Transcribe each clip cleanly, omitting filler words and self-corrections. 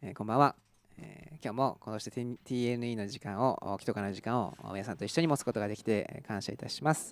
こんばんは。今日もこうして TNE の時間を、祈祷会の時間を皆さんと一緒に持つことができて感謝いたします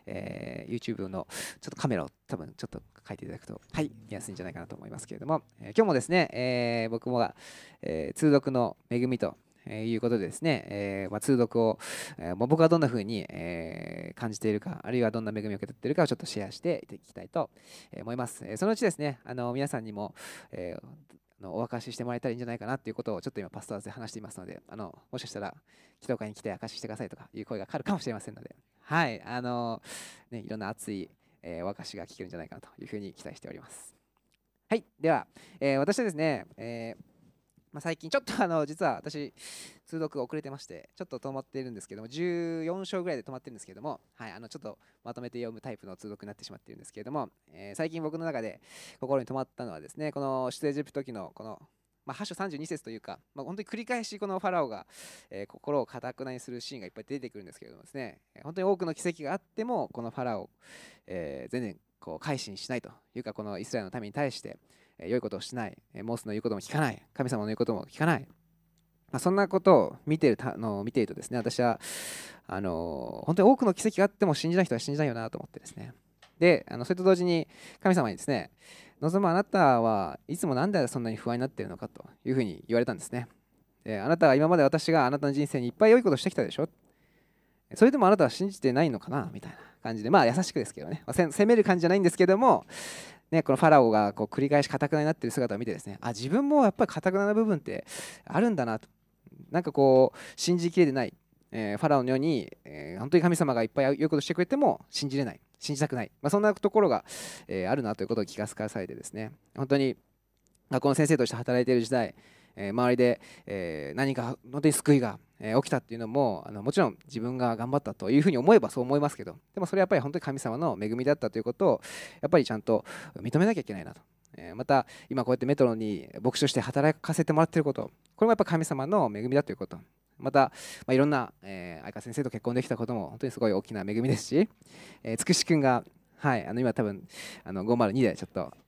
。YouTube のちょっとカメラを多分ちょっと書いていただくと、はい、見やすいんじゃないかなと思いますけれども、今日もですね、僕もが、通読の恵みということでですね、通読を、僕はどんな風に、感じているか、あるいはどんな恵みを受け取っているかをちょっとシェアしていきたいと思います。そのうちですね、皆さんにも、お明かししてもらえたらいいんじゃないかなっていうことをちょっと今パスターズで話していますので、もしかしたら祈祷会に来て明かししてくださいとかいう声がかかるかもしれませんので、はい、いろんな熱い、お明かしが聞けるんじゃないかなというふうに期待しております。はい、では、私はですね、最近ちょっと実は私通読が遅れてましてちょっと止まっているんですけども、14章ぐらいで止まってるんですけども、はい、ちょっとまとめて読むタイプの通読になってしまっているんですけれども、最近僕の中で心に留まったのはですね、この出エジプト記のこの8章32節というか、本当に繰り返しこのファラオが、心をかたくなにするシーンがいっぱい出てくるんですけれどもですね、本当に多くの奇跡があってもこのファラオ、全然こう改心しないというか、このイスラエルの民に対して良いことをしない、モーセの言うことも聞かない、神様の言うことも聞かない、そんなことを見ているとですね、私は本当に多くの奇跡があっても信じない人は信じないよなと思ってですね。で、それと同時に神様にですね、望むあなたはいつもなんでそんなに不安になっているのかというふうに言われたんですね。で、あなたは今まで私があなたの人生にいっぱい良いことをしてきたでしょ。それでもあなたは信じてないのかなみたいな感じで、優しくですけどね、責める感じじゃないんですけども、このファラオがこう繰り返し堅くなになっている姿を見てですね、自分もやっぱり堅くなな部分ってあるんだなと。なんかこう信じきれてない、ファラオのように、本当に神様がいっぱい良いことしてくれても信じれない、信じたくない、そんなところが、あるなということを聞かされてですね、本当に学校の先生として働いている時代、周りで、何か本当に救いが、起きたっていうのももちろん自分が頑張ったというふうに思えばそう思いますけど、でもそれはやっぱり本当に神様の恵みだったということをやっぱりちゃんと認めなきゃいけないなと。また今こうやってメトロに牧師として働かせてもらっていること、これもやっぱ神様の恵みだということ。また、いろんな、相川先生と結婚できたことも本当にすごい大きな恵みですし、つくし君が、はい、今多分502でちょっと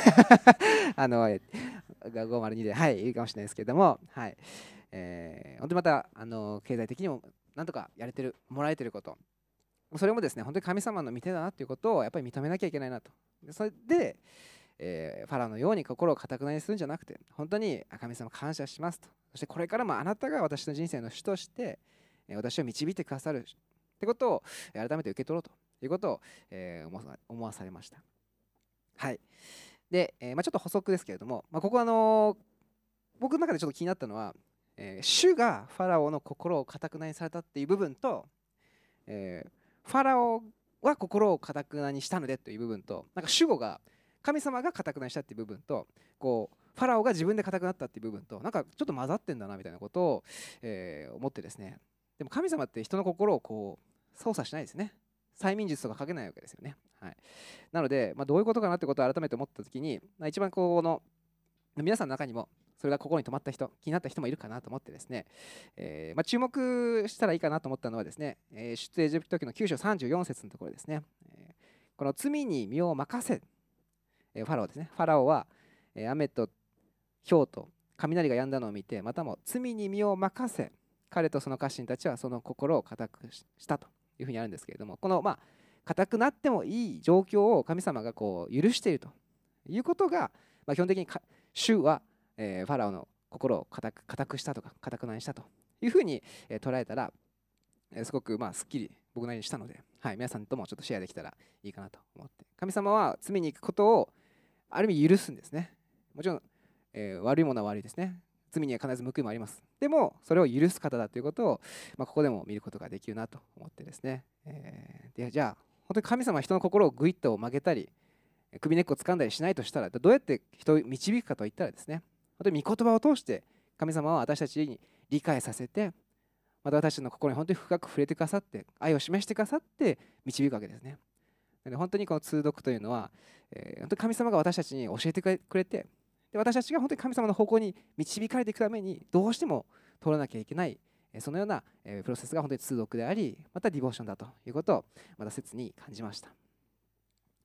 502で、はい、いるかもしれないですけれども、はい、本当にまた経済的にもなんとかやれてる、もらえてること、それもですね、本当に神様の御手だなということをやっぱり認めなきゃいけないなと。それで、ファラオのように心をかたくなにするんじゃなくて、本当に神様感謝しますと。そしてこれからもあなたが私の人生の主として、私を導いてくださるってことを改めて受け取ろうということを、思わされました。はい。で、ちょっと補足ですけれども、ここ僕の中でちょっと気になったのは、主がファラオの心をかたくなにされたっていう部分と、ファラオは心をかたくなにしたのでという部分と、なんか主語が神様がかたくなにしたっていう部分と、こうファラオが自分でかたくなったっていう部分と、なんかちょっと混ざってんだなみたいなことを、思ってですね。でも神様って人の心をこう操作しないですね。催眠術とかかけないわけですよね。はい、なので、どういうことかなってことを改めて思ったときに、一番この皆さんの中にもそれが心に留まった人、気になった人もいるかなと思ってですね、注目したらいいかなと思ったのはですね、出エジプト記の9章34節のところですね、この罪に身を任せ、ファラオですね、ファラオは雨と雹と雷が止んだのを見て、またも罪に身を任せ、彼とその家臣たちはその心を固くしたというふうにあるんですけれども、この固くなってもいい状況を神様がこう許しているということが、基本的に主は、ファラオの心を固くしたとか固くなにしたというふうに、捉えたら、すごくすっきり僕なりにしたので、はい、皆さんともちょっとシェアできたらいいかなと思って、神様は罪に行くことをある意味許すんですね。もちろん、悪いものは悪いですね。罪には必ず報いもあります。でもそれを許す方だということを、ここでも見ることができるなと思ってですね、でじゃあ本当に神様は人の心をぐいっと曲げたり首根っこを掴んだりしないとしたら、どうやって人を導くかといったらですね、本当に御言葉を通して神様は私たちに理解させて、また私たちの心に本当に深く触れてくださって、愛を示してくださって導くわけですね。で本当にこの通読というのは、本当に神様が私たちに教えてくれて、で私たちが本当に神様の方向に導かれていくためにどうしても通らなきゃいけない、そのようなプロセスが本当に通読であり、またディボーションだということをまた切に感じました。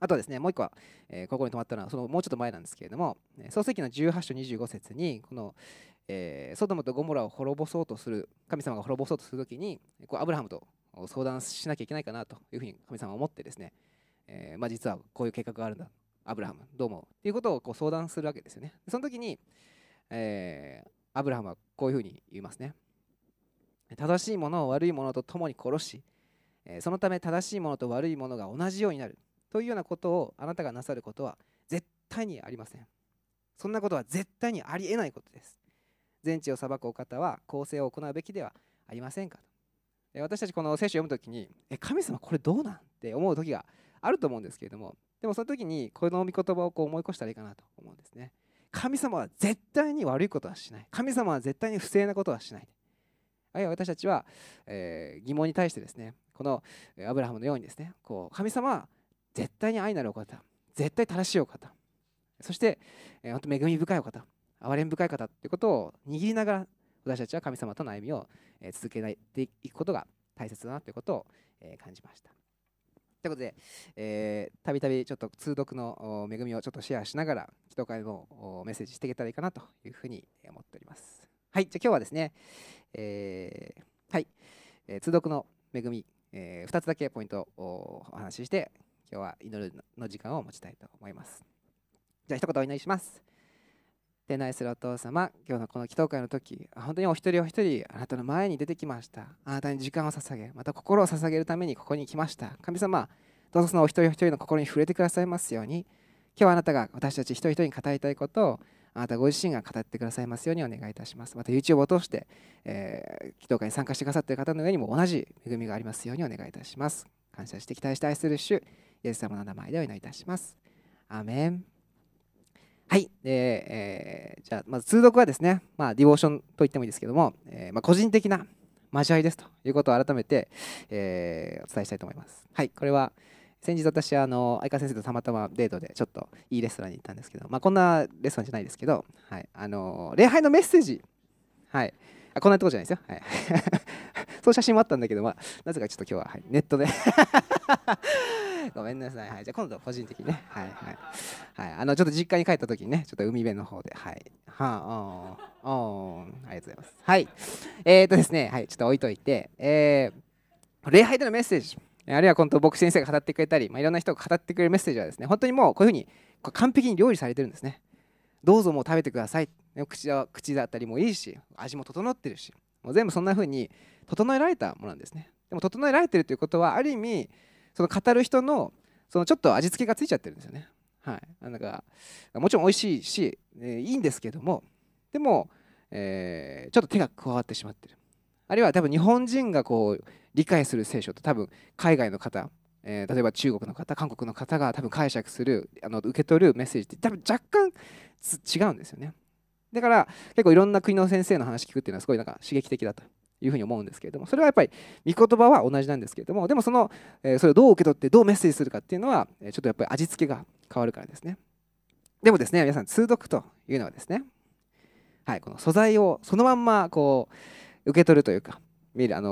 あとはですね、もう一個は、ここに止まったのは、もうちょっと前なんですけれども、創世記の18章25節に、この、ソドムとゴモラを滅ぼそうとする、神様が滅ぼそうとするときに、アブラハムと相談しなきゃいけないかなというふうに神様は思ってですね、実はこういう計画があるんだ、アブラハム、どう思うっていうことを相談するわけですよね。その時に、アブラハムはこういうふうに言いますね。正しいものを悪いものと共に殺し、そのため正しいものと悪いものが同じようになるというようなことをあなたがなさることは絶対にありません。そんなことは絶対にありえないことです。全地を裁くお方は公正を行うべきではありませんかと。私たちこの聖書を読むときに、神様これどうなんって思う時があると思うんですけれども、でもその時にこの御言葉を思い越したらいいかなと思うんですね。神様は絶対に悪いことはしない。神様は絶対に不正なことはしない。あるいは私たちは、疑問に対してですね、このアブラハムのようにですね、神様は絶対に愛なるお方、絶対正しいお方、そして、本当恵み深いお方、憐れみ深い方ということを握りながら、私たちは神様との歩みを続けていくことが大切だなということを感じました。ということで、たびたびちょっと通読の恵みをちょっとシェアしながら、祈祷会のメッセージしていけたらいいかなというふうに思っております。はい、じゃあ今日はですね、はい、通読の恵み、2つだけポイントをお話しして、今日は祈るの時間を持ちたいと思います。じゃあ一言お祈りします。天内するお父様、今日のこの祈祷会の時、本当にお一人お一人あなたの前に出てきました。あなたに時間を捧げ、また心を捧げるためにここに来ました。神様、どうぞそのお一人お一人の心に触れてくださいますように、今日はあなたが私たち一人一人に語りたいことをあなたご自身が語ってくださいますようにお願いいたします。また YouTube を通して、祈祷会に参加してくださっている方の上にも同じ恵みがありますようにお願いいたします。感謝して期待して愛する主、イエス様の名前でお祈りいたします。アーメン。はい、じゃあまず通読はですね、ディボーションと言ってもいいですけども、個人的な交わりですということを改めて、お伝えしたいと思います。はい、これは先日私相川先生とたまたまデートでちょっといいレストランに行ったんですけど、こんなレストランじゃないですけど、はい、礼拝のメッセージ、はい、こんなとこじゃないですよ。はい、そういう写真もあったんだけど、なぜかちょっと今日は、ネットでごめんなさい。はい、じゃあ今度個人的にね。はいはい。はい、ちょっと実家に帰った時にね、ちょっと海辺の方で、はい。ありがとうございます。はい。ですね、はい、ちょっと置いといて、礼拝でのメッセージ、あるいは今度牧師先生が語ってくれたり、いろんな人が語ってくれるメッセージはですね、本当にもうこういうふうに完璧に料理されてるんですね。どうぞもう食べてください。口だったりもいいし、味も整ってるし、もう全部そんなふうに整えられたものなんですね。でも整えられてるということは、ある意味、その語る人のそのちょっと味付けがついちゃってるんですよね。はい、なんかもちろん美味しいし、いいんですけども、でも、ちょっと手が加わってしまってる。あるいは多分日本人が理解する聖書と多分海外の方、例えば中国の方、韓国の方が多分解釈する受け取るメッセージって多分若干違うんですよね。だから結構いろんな国の先生の話聞くっていうのはすごいなんか刺激的だというふうに思うんですけれども、それはやっぱり御言葉は同じなんですけれども、でもそれをどう受け取ってどうメッセージするかっていうのはちょっとやっぱり味付けが変わるからですね。でもですね、皆さん通読というのはですね、はい、この素材をそのまんま受け取るというか見る、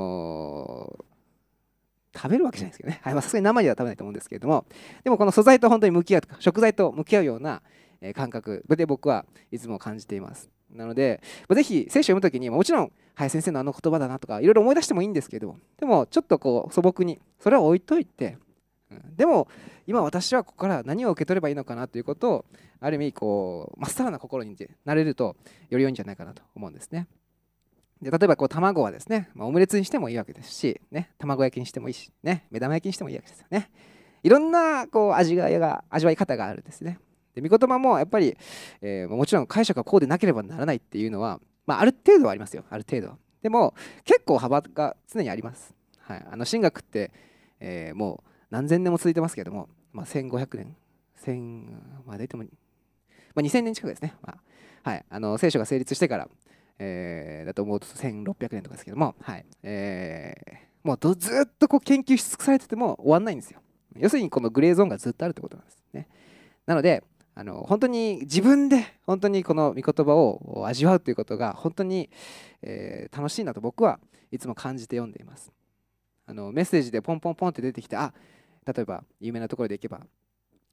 食べるわけじゃないですけどね、さすがに生では食べないと思うんですけれども、でもこの素材と本当に向き合うとか食材と向き合うような感覚で僕はいつも感じています。なのでぜひ聖書を読むときにもちろん、はい、先生の言葉だなとかいろいろ思い出してもいいんですけど、でもちょっと素朴にそれは置いといて、でも今私はここから何を受け取ればいいのかなということをある意味まっさらな心になれるとより良いんじゃないかなと思うんですね。で例えば卵はですね、オムレツにしてもいいわけですし、ね、卵焼きにしてもいいし、ね、目玉焼きにしてもいいわけですよね。いろんな味わい方があるんですね。で御言葉もやっぱり、もちろん解釈がこうでなければならないっていうのは、ある程度はありますよ、ある程度。でも結構幅が常にあります。はい、神学って、もう何千年も続いてますけども、1500年、大体も2000年近くですね。はい、聖書が成立してから、だと思うと1600年とかですけども、はい、もうずっと研究し尽くされてても終わんないんですよ。要するにこのグレーゾーンがずっとあるってことなんですね。なので本当に自分で本当にこの御言葉を味わうということが本当に、楽しいなと僕はいつも感じて読んでいます。メッセージでポンポンポンって出てきて、例えば有名なところでいけば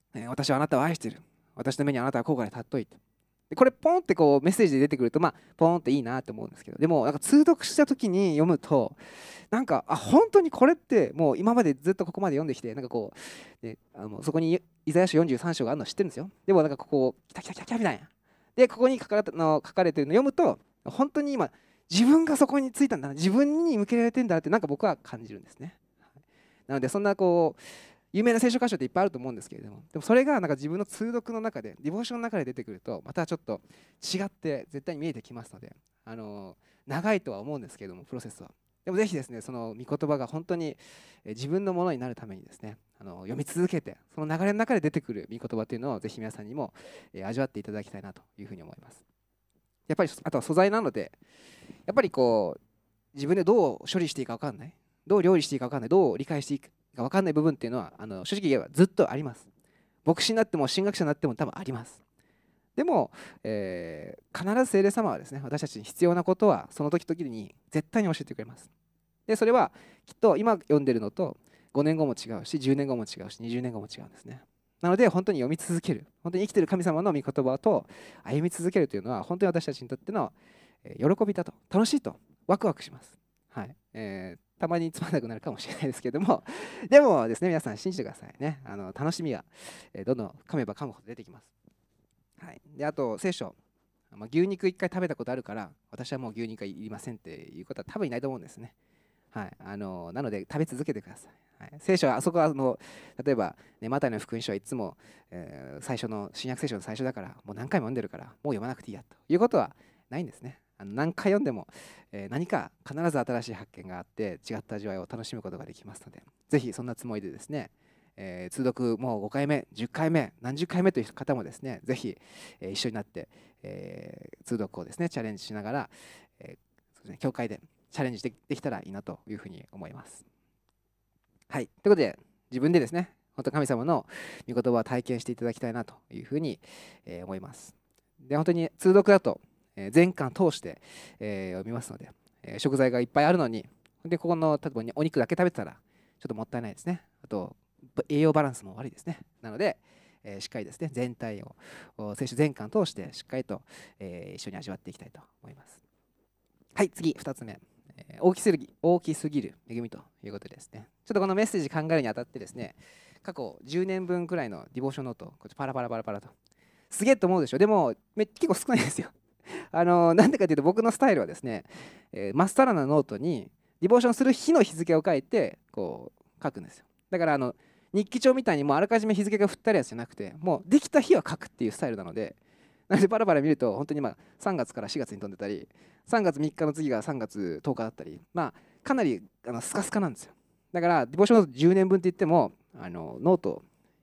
私はあなたを愛している。私の目にあなたは高価で尊いと。でこれポンってこうメッセージで出てくるとポンっていいなって思うんですけど、でもなんか通読した時に読むとなんか本当にこれってもう今までずっとここまで読んできてなんかこう、ね、そこにイザヤ書43章があるの知ってるんですよ。でもなんかここ来た来た来た来たみたいな。でここに書かれてるのを読むと本当に今自分がそこに着いたんだな、自分に向けられてんだってなんか僕は感じるんですね。なのでそんなこう有名な聖書箇所っていっぱいあると思うんですけれども、でもそれがなんか自分の通読の中でディボーションの中で出てくるとまたちょっと違って絶対に見えてきますので、長いとは思うんですけれどもプロセスは。でもぜひですね、その御言葉が本当に自分のものになるためにですね、読み続けてその流れの中で出てくる御言葉というのをぜひ皆さんにも味わっていただきたいなというふうに思います。やっぱりあとは素材なので、やっぱりこう自分でどう処理していいか分かんない、どう料理していいか分かんない、どう理解していいか分かんない部分っていうのは正直言えばずっとあります。牧師になっても神学者になっても多分あります。でも、必ず聖霊様はですね、私たちに必要なことはその時々に絶対に教えてくれます。でそれはきっと今読んでるのと5年後も違うし10年後も違うし20年後も違うんですね。なので本当に読み続ける、本当に生きている神様の御言葉と歩み続けるというのは本当に私たちにとっての喜びだと、楽しいと、ワクワクします。はい。たまにつまんなくなるかもしれないですけども、でもですね、皆さん信じてくださいね。楽しみがどんどん噛めば噛むほど出てきます。はい。で、あと、聖書。牛肉1回食べたことあるから、私はもう牛肉はいりませんっていうことは多分いないと思うんですね。はい。なので、食べ続けてください。はい、聖書は、あそこは例えば、ね、マタイの福音書はいつも、最初の、新約聖書の最初だから、もう何回も読んでるから、もう読まなくていいやということはないんですね。何回読んでも、何か必ず新しい発見があって違った味わいを楽しむことができますので、ぜひそんなつもりでですね、通読もう5回目、10回目、何十回目という方もですね、ぜひ、一緒になって、通読をですねチャレンジしながら、そうですね、教会でチャレンジできたらいいなというふうに思います。はい、ということで自分でですね、本当神様の御言葉を体験していただきたいなというふうに、思います。で本当に通読だと全巻通して、読みますので、食材がいっぱいあるのに、でここの例えばお肉だけ食べてたらちょっともったいないですね。あと栄養バランスも悪いですね。なので、しっかりですね全体を聖書全巻通してしっかりと、一緒に味わっていきたいと思います。はい、次2つ目、大きすぎる恵みということですね。ちょっとこのメッセージ考えるにあたってですね、過去10年分くらいのディボーションノートこっちパラパラパラパラとすげえと思うでしょ。でも結構少ないですよ。なんでかというと僕のスタイルはですね、真っさらなノートにディボーションする日の日付を書いてこう書くんですよ。だから日記帳みたいにもうあらかじめ日付が振ってあるやつじゃなくて、もうできた日は書くっていうスタイルなので、パラパラ見ると本当に3月から4月に飛んでたり、3月3日の次が3月10日だったり、かなりスカスカなんですよ。だからディボーションノート10年分って言ってもノート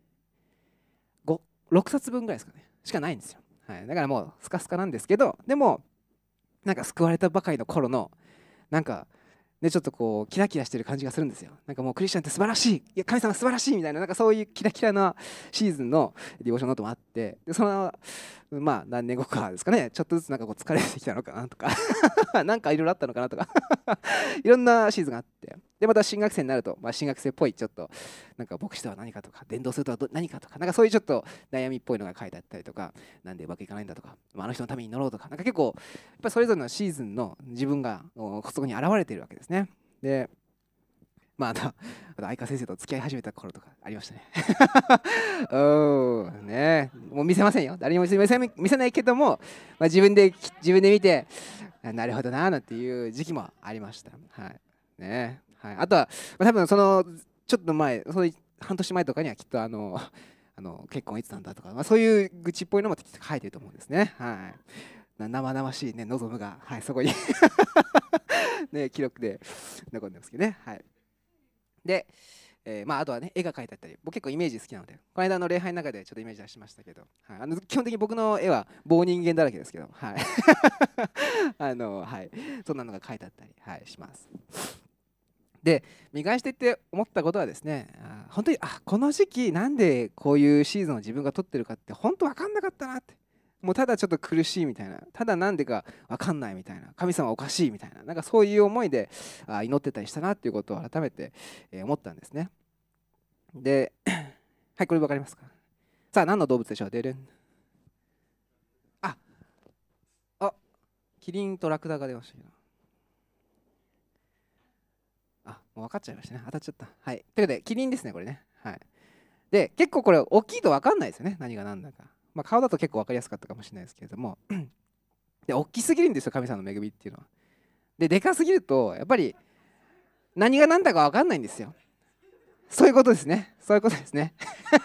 6冊分ぐらいですかねしかないんですよ。はい、だからもうスカスカなんですけど、でもなんか救われたばかりの頃のなんかね、ちょっとこうキラキラしてる感じがするんですよ。なんかもうクリスチャンって素晴らしい、いや神様素晴らしいみたいな、なんかそういうキラキラなシーズンのディボーションノートもあって、でその何年後かですかね、ちょっとずつなんかこう疲れてきたのかなとかなんかいろいろあったのかなとかいろんなシーズンがあって、でまた新学生になると、新学生っぽいちょっとなんか牧師とは何かとか伝道するとは何かとか、なんかそういうちょっと悩みっぽいのが書いてあったりとか、なんでうまくいかないんだとか、あの人のために祈ろうとか、なんか結構やっぱりそれぞれのシーズンの自分がそこに現れているわけですね。で相川先生と付き合い始めた頃とかありましたね。ね、もう見せませんよ。誰にも見せないけども、自分で見て、なるほどななんていう時期もありました。はいね、はい、あとは、多分そのちょっと前、そういう半年前とかにはきっと結婚いつなんだとか、そういう愚痴っぽいのも書いてると思うんですね。はい、生々しいね望むが、はい、そこにね、記録で残ってますけどね。はい、で、あとはね、絵が描いてあったり、僕結構イメージ好きなので、この間の礼拝の中でちょっとイメージ出しましたけど、はい、基本的に僕の絵は棒人間だらけですけど、はいはい、そんなのが描いてあったり、はい、します。で、見返してって思ったことはですね、本当にこの時期なんでこういうシーズンを自分が取ってるかって本当分かんなかったなって。もうただちょっと苦しいみたいな、ただなんでか分かんないみたいな、神様おかしいみたいな、なんかそういう思いで祈ってたりしたなっていうことを改めて思ったんですね。で、はい、これ分かりますか？ さあ、何の動物でしょう？でるん。キリンとラクダが出ましたけど。もう分かっちゃいましたね。当たっちゃった。はい。ということで、キリンですね、これね。はい。で、結構これ、大きいと分かんないですよね。何が何だか。顔だと結構分かりやすかったかもしれないですけれども。で、大きすぎるんですよ、神様の恵みっていうのは。で、でかすぎると、やっぱり、何が何だか分かんないんですよ。そういうことですね。そういうことですね。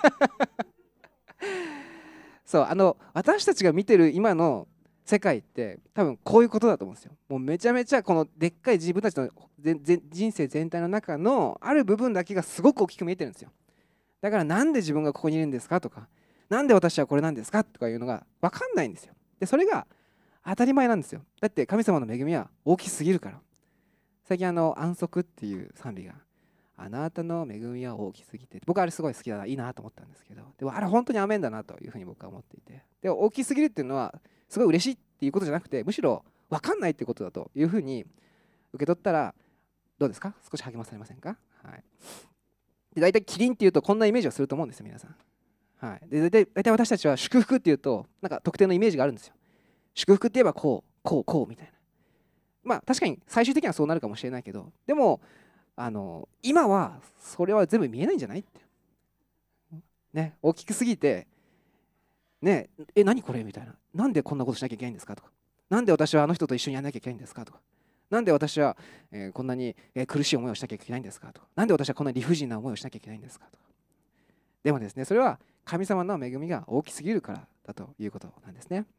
そう、私たちが見てる今の世界って多分こういうことだと思うんですよ。もうめちゃめちゃこのでっかい自分たちの人生全体の中のある部分だけがすごく大きく見えてるんですよ。だからなんで自分がここにいるんですかとか、なんで私はこれなんですかとかいうのが分かんないんですよ。で、それが当たり前なんですよ。だって神様の恵みは大きすぎるから。最近安息っていう賛美があなたの恵みは大きすぎて、僕はあれすごい好きだな、いいなと思ったんですけど、でもあれ本当にアメンだなというふうに僕は思っていて、で大きすぎるっていうのはすごい嬉しいっていうことじゃなくて、むしろ分かんないっていうことだというふうに受け取ったらどうですか？少し励まされませんか？はい。で、大体キリンっていうとこんなイメージをすると思うんですよ、皆さん。はい。で、大体私たちは祝福っていうとなんか特定のイメージがあるんですよ。祝福って言えばこうこうこうみたいな。確かに最終的にはそうなるかもしれないけど、でも今はそれは全部見えないんじゃないって、ね、大きくすぎて、ね、何これみたいな、なんでこんなことしなきゃいけないんですかとか、なんで私はあの人と一緒にやらなきゃいけないんですかとか、なんで私は、こんなに、苦しい思いをしなきゃいけないんですかとか、なんで私はこんな理不尽な思いをしなきゃいけないんですかとか。でもですね、それは神様の恵みが大きすぎるからだということなんですね。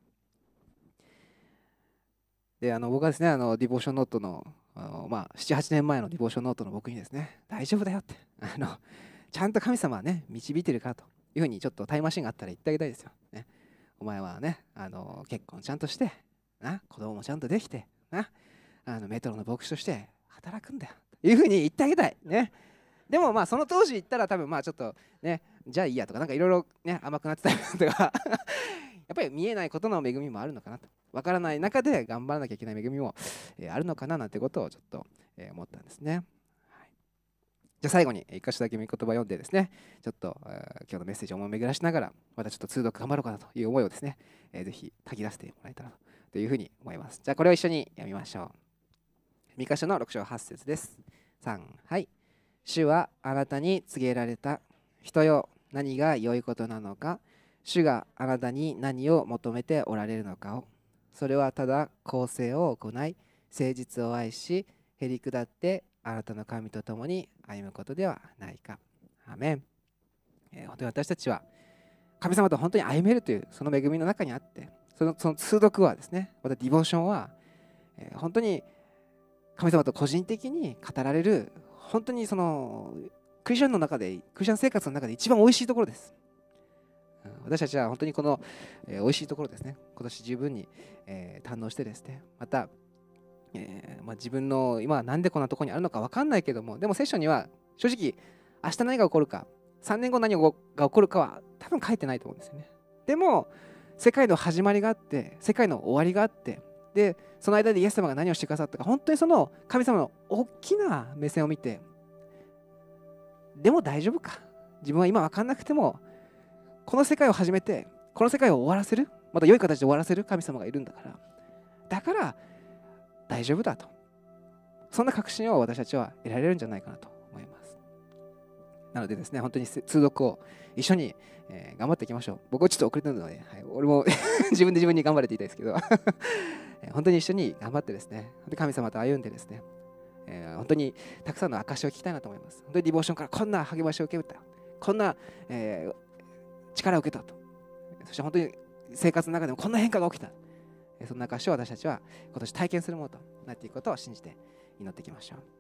で、僕はですね、ディボーションノートの、7、8年前のディボーションノートの僕にですね、大丈夫だよって、ちゃんと神様はね、導いてるからというふうにちょっとタイムマシンがあったら言ってあげたいですよ。ね、お前はね、結婚ちゃんとして、子供もちゃんとできて、メトロの牧師として働くんだよというふうに言ってあげたい。ね、でもその当時言ったら多分ちょっとね、じゃあいいやとか、なんかいろいろね、甘くなってたりとかやっぱり見えないことの恵みもあるのかなと、分からない中で頑張らなきゃいけない恵みもあるのかななんてことをちょっと思ったんですね。はい、じゃあ最後に一箇所だけ御言葉を読んでですね、ちょっと今日のメッセージを思い巡らしながら、またちょっと通読頑張ろうかなという思いをですね、ぜひ炊き出してもらえたらというふうに思います。じゃあこれを一緒に読みましょう。御箇所の6章8節です。3、はい。主はあなたに告げられた。人よ、何が良いことなのか。主があなたに何を求めておられるのかを。それはただ公正を行い、誠実を愛し、へり下ってあなたの神と共に歩むことではないか。アーメン。本当に私たちは神様と本当に歩めるというその恵みの中にあって、その通読はですね、またディボーションは、本当に神様と個人的に語られる、本当にそのクリスチャンの中で、クリスチャン生活の中で一番おいしいところです。私たちは本当にこの美味しいところですね、今年十分に堪能してですね、また自分の今はなんでこんなところにあるのか分かんないけども、でも聖書には正直明日何が起こるか、3年後何が起こるかは多分書いてないと思うんですよね。でも世界の始まりがあって、世界の終わりがあって、でその間でイエス様が何をしてくださったか、本当にその神様の大きな目線を見て、でも大丈夫か、自分は今分かんなくてもこの世界を始めてこの世界を終わらせる、また良い形で終わらせる神様がいるんだから、だから大丈夫だと、そんな確信を私たちは得られるんじゃないかなと思います。なのでですね、本当に通読を一緒に頑張っていきましょう。僕はちょっと遅れてるので、俺も自分で自分に頑張れていたいですけど本当に一緒に頑張ってですね、神様と歩んでですね、本当にたくさんの証を聞きたいなと思います。本当にディボーションからこんな励ましを受けた、こんな、力を受けたと、そして本当に生活の中でもこんな変化が起きた、そんな証を私たちは今年体験するものとなっていくことを信じて祈っていきましょう。